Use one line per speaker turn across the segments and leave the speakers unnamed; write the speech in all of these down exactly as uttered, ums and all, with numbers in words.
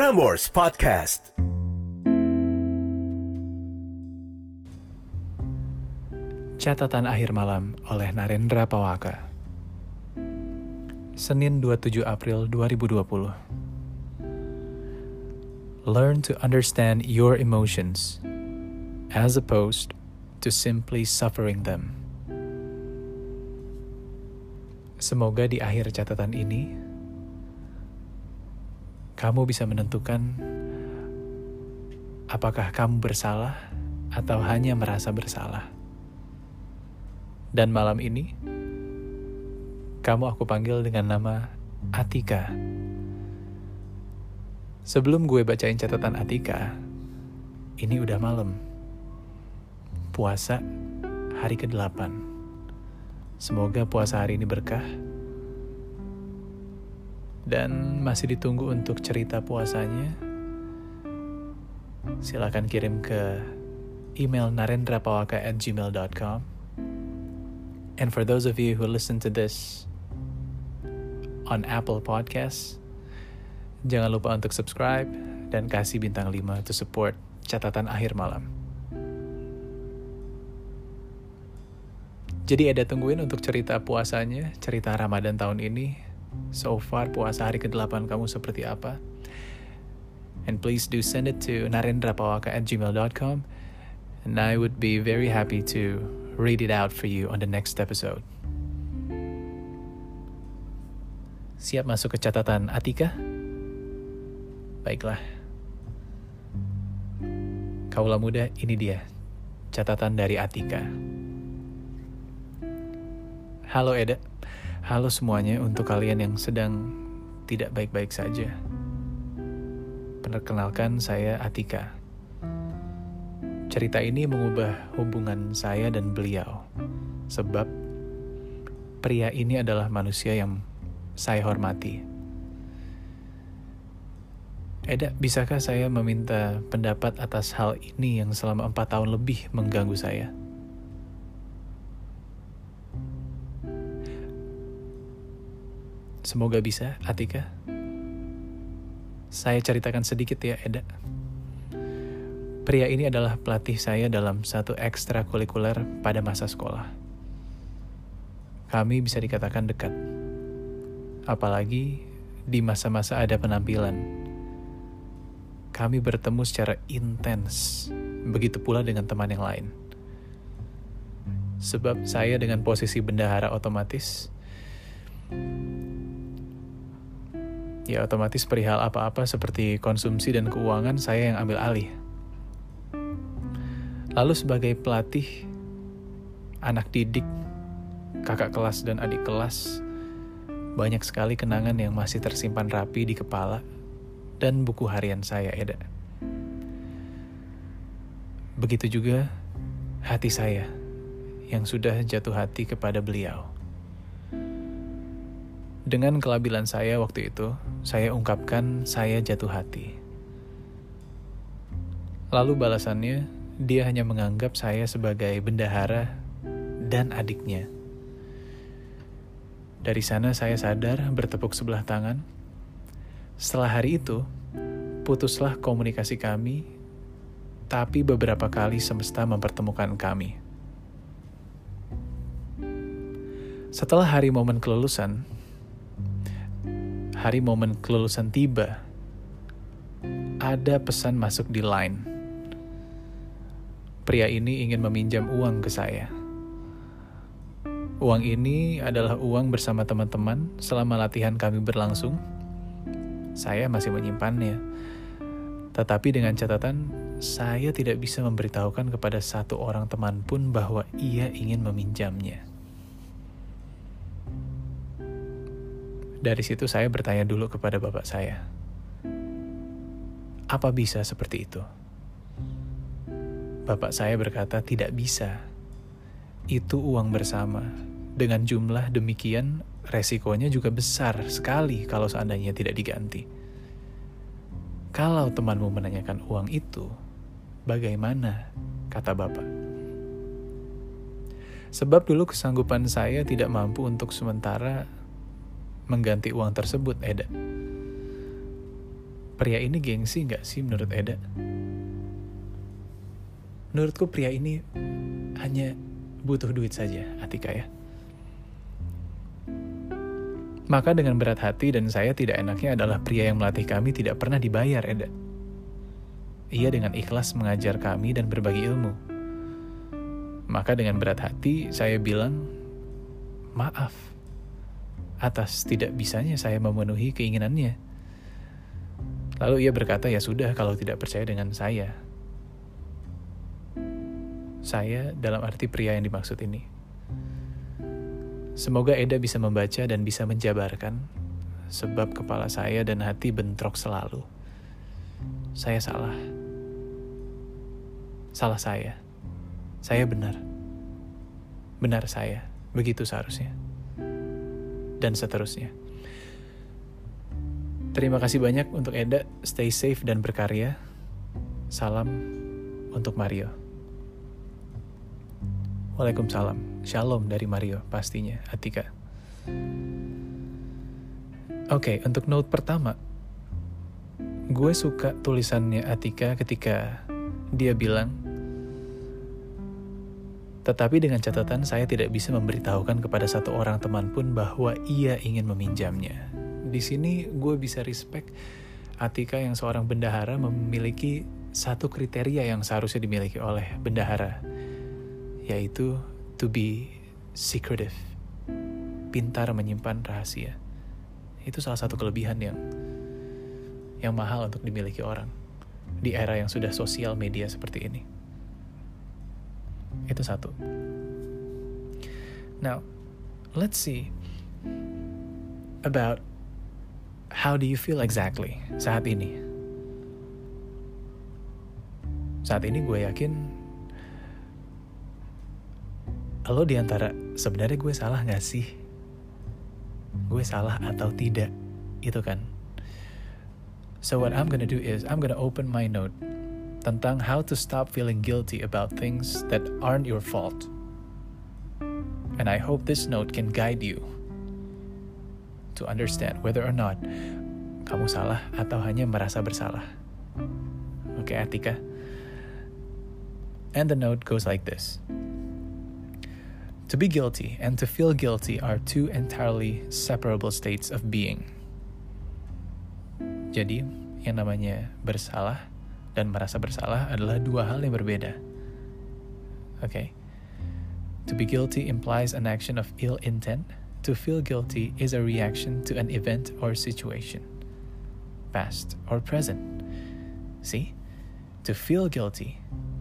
Prambors Podcast.
Catatan Akhir Malam oleh Narendra Pawaka. Senin dua puluh tujuh April dua ribu dua puluh. Learn to understand your emotions as opposed to simply suffering them. Semoga di akhir catatan ini kamu bisa menentukan apakah kamu bersalah atau hanya merasa bersalah. Dan malam ini, kamu aku panggil dengan nama Atika. Sebelum gue bacain catatan Atika, ini udah malam. Puasa hari kedelapan. Semoga puasa hari ini berkah. Dan masih ditunggu untuk cerita puasanya. Silakan kirim ke email narendrapawaka at gmail dot com. And for those of you who listen to this on Apple Podcasts, jangan lupa untuk subscribe dan kasih bintang lima to support catatan akhir malam. Jadi ada tungguin untuk cerita puasanya, cerita Ramadan tahun ini. So far puasa hari kedelapan kamu seperti apa? And please do send it to narendrapawaka at gmail dot com. And I would be very happy to read it out for you on the next episode. Siap masuk ke catatan Atika? Baiklah. Kaulah muda, ini dia catatan dari Atika. Halo Eda. Halo semuanya, untuk kalian yang sedang tidak baik-baik saja. Perkenalkan, saya Atika. Cerita ini mengubah hubungan saya dan beliau. Sebab pria ini adalah manusia yang saya hormati. Eda, bisakah saya meminta pendapat atas hal ini yang selama empat tahun lebih mengganggu saya? Semoga bisa, Atika. Saya ceritakan sedikit ya, Eda. Pria ini adalah pelatih saya dalam satu ekstrakurikuler pada masa sekolah. Kami bisa dikatakan dekat. Apalagi di masa-masa ada penampilan. Kami bertemu secara intens, begitu pula dengan teman yang lain. Sebab saya dengan posisi bendahara otomatis, ya otomatis perihal apa-apa seperti konsumsi dan keuangan saya yang ambil alih. Lalu sebagai pelatih, anak didik, kakak kelas dan adik kelas, banyak sekali kenangan yang masih tersimpan rapi di kepala dan buku harian saya, Eda. Begitu juga hati saya yang sudah jatuh hati kepada beliau. Dengan kelabilan saya waktu itu, saya ungkapkan saya jatuh hati. Lalu balasannya, dia hanya menganggap saya sebagai bendahara dan adiknya. Dari sana saya sadar bertepuk sebelah tangan. Setelah hari itu, putuslah komunikasi kami, tapi beberapa kali semesta mempertemukan kami. Setelah hari momen kelulusan, hari momen kelulusan tiba, ada pesan masuk di line. Pria ini ingin meminjam uang ke saya. Uang ini adalah uang bersama teman-teman selama latihan kami berlangsung. Saya masih menyimpannya. Tetapi dengan catatan, saya tidak bisa memberitahukan kepada satu orang teman pun bahwa ia ingin meminjamnya. Dari situ saya bertanya dulu kepada bapak saya, apa bisa seperti itu? Bapak saya berkata tidak bisa. Itu uang bersama. Dengan jumlah demikian, resikonya juga besar sekali kalau seandainya tidak diganti. Kalau temanmu menanyakan uang itu, bagaimana? Kata bapak. Sebab dulu kesanggupan saya tidak mampu untuk sementara mengganti uang tersebut, Eda. pria ini gengsi gak sih menurut Eda? Menurutku pria ini hanya butuh duit saja, Atika ya. Maka dengan berat hati dan saya tidak enaknya adalah pria yang melatih kami tidak pernah dibayar, Eda. Ia dengan ikhlas mengajar kami dan berbagi ilmu. Maka dengan berat hati saya bilang, maaf atas tidak bisanya saya memenuhi keinginannya. Lalu ia berkata, ya sudah kalau tidak percaya dengan saya. Saya dalam arti pria yang dimaksud ini. Semoga Eda bisa membaca dan bisa menjabarkan, sebab kepala saya dan hati bentrok selalu. Saya salah. Salah saya. Saya benar. Benar saya. Begitu seharusnya. Dan seterusnya. Terima kasih banyak untuk Eda. Stay safe dan berkarya. Salam untuk Mario. Waalaikumsalam. Shalom dari Mario pastinya, Atika. Oke, okay, untuk note pertama. Gue suka tulisannya Atika ketika dia bilang, tetapi dengan catatan saya tidak bisa memberitahukan kepada satu orang teman pun bahwa ia ingin meminjamnya. Di sini gue bisa respect Atika yang seorang bendahara memiliki satu kriteria yang seharusnya dimiliki oleh bendahara, yaitu to be secretive, pintar menyimpan rahasia. Itu salah satu kelebihan yang yang mahal untuk dimiliki orang di era yang sudah sosial media seperti ini. Itu satu. Now, let's see about how do you feel exactly saat ini. Saat ini gue yakin lo diantara sebenarnya gue salah gak sih? Gue salah atau tidak? Itu kan. So what I'm gonna do is I'm gonna open my note tentang how to stop feeling guilty about things that aren't your fault. And I hope this note can guide you to understand whether or not kamu salah atau hanya merasa bersalah. Oke, okay, Atika. And the note goes like this. To be guilty and to feel guilty are two entirely separable states of being. Jadi, yang namanya bersalah dan merasa bersalah adalah dua hal yang berbeda. Oke. Okay. To be guilty implies an action of ill intent. To feel guilty is a reaction to an event or situation, past or present. See? To feel guilty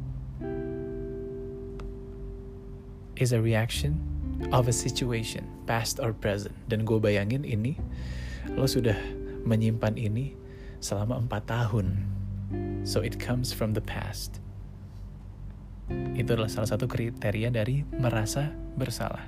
is a reaction of a situation, past or present. Dan gue bayangin ini, lo sudah menyimpan ini selama empat tahun. So it comes from the past. Itu adalah salah satu kriteria dari merasa bersalah.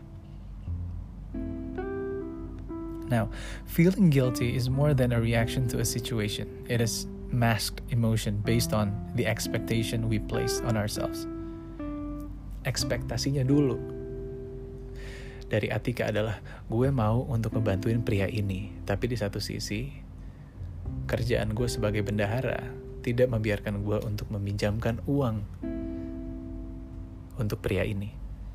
Now, feeling guilty is more than a reaction to a situation. It is masked emotion based on the expectation we place on ourselves. Ekspektasinya dulu dari Atika adalah gue mau untuk ngebantuin pria ini, tapi di satu sisi kerjaan gue sebagai bendahara tidak membiarkan gue untuk meminjamkan uang untuk pria ini.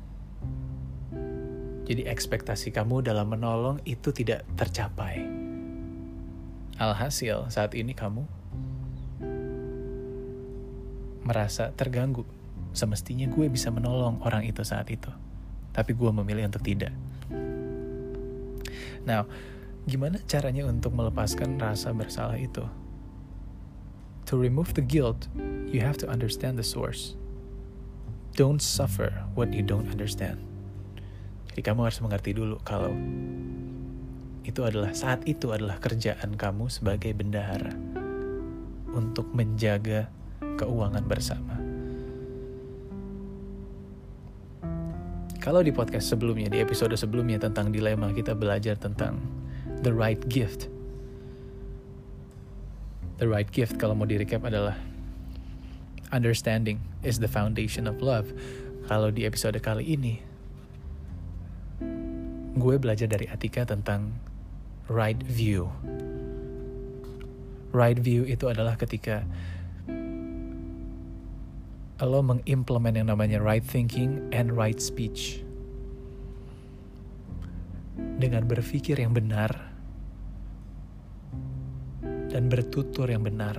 Jadi ekspektasi kamu dalam menolong itu tidak tercapai. Alhasil saat ini kamu merasa terganggu. Semestinya gue bisa menolong orang itu saat itu, tapi gue memilih untuk tidak. Now, gimana caranya untuk melepaskan rasa bersalah itu? To remove the guilt, you have to understand the source. Don't suffer what you don't understand. Jadi kamu harus mengerti dulu kalau itu adalah saat itu adalah kerjaan kamu sebagai bendahara untuk menjaga keuangan bersama. Kalau di podcast sebelumnya, di episode sebelumnya tentang dilema, kita belajar tentang the right gift. The right gift, kalau mau di-recap, adalah understanding is the foundation of love. Kalau di episode kali ini, gue belajar dari Atika tentang right view. Right view itu adalah ketika lo mengimplement yang namanya right thinking and right speech. Dengan berpikir yang benar dan bertutur yang benar,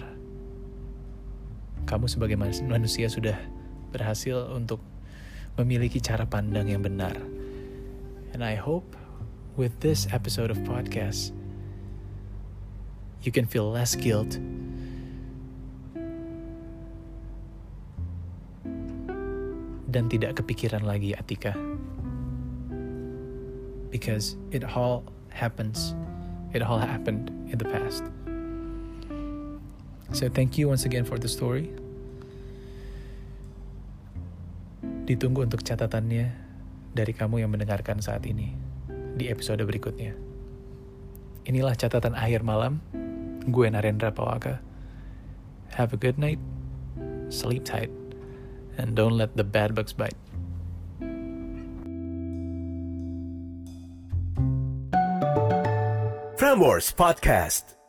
kamu sebagai manusia sudah berhasil untuk memiliki cara pandang yang benar. And I hope with this episode of podcast, you can feel less guilt dan tidak kepikiran lagi Atika. Because it all happens, it all happened in the past. So thank you once again for the story. Ditunggu untuk catatannya dari kamu yang mendengarkan saat ini di episode berikutnya. Inilah catatan akhir malam. Gue Narendra Pawaka. Have a good night, sleep tight, and don't let the bad bugs bite.
Frameworks Podcast.